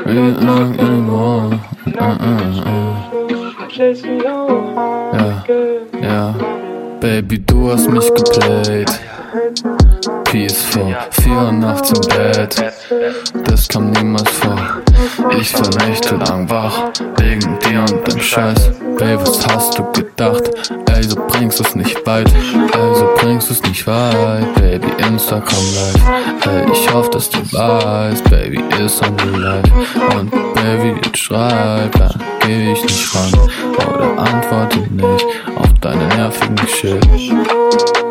Ja, Baby, du hast mich geplayt. Peaceful, 4 Uhr nachts im Bett. Das kam niemals vor. Ich war nächte lang wach, wegen dir und deinem Scheiß. Baby, was hast du gedacht? Ey, so bringst du's nicht weit. Ey, so bringst du's nicht weit. Baby, Instagram live. Ey, ich hoffe, dass du weißt, Baby ist on the life. Und Baby, jetzt schreib, dann geh ich nicht ran. Oder antworte nicht auf deine nervigen Shit.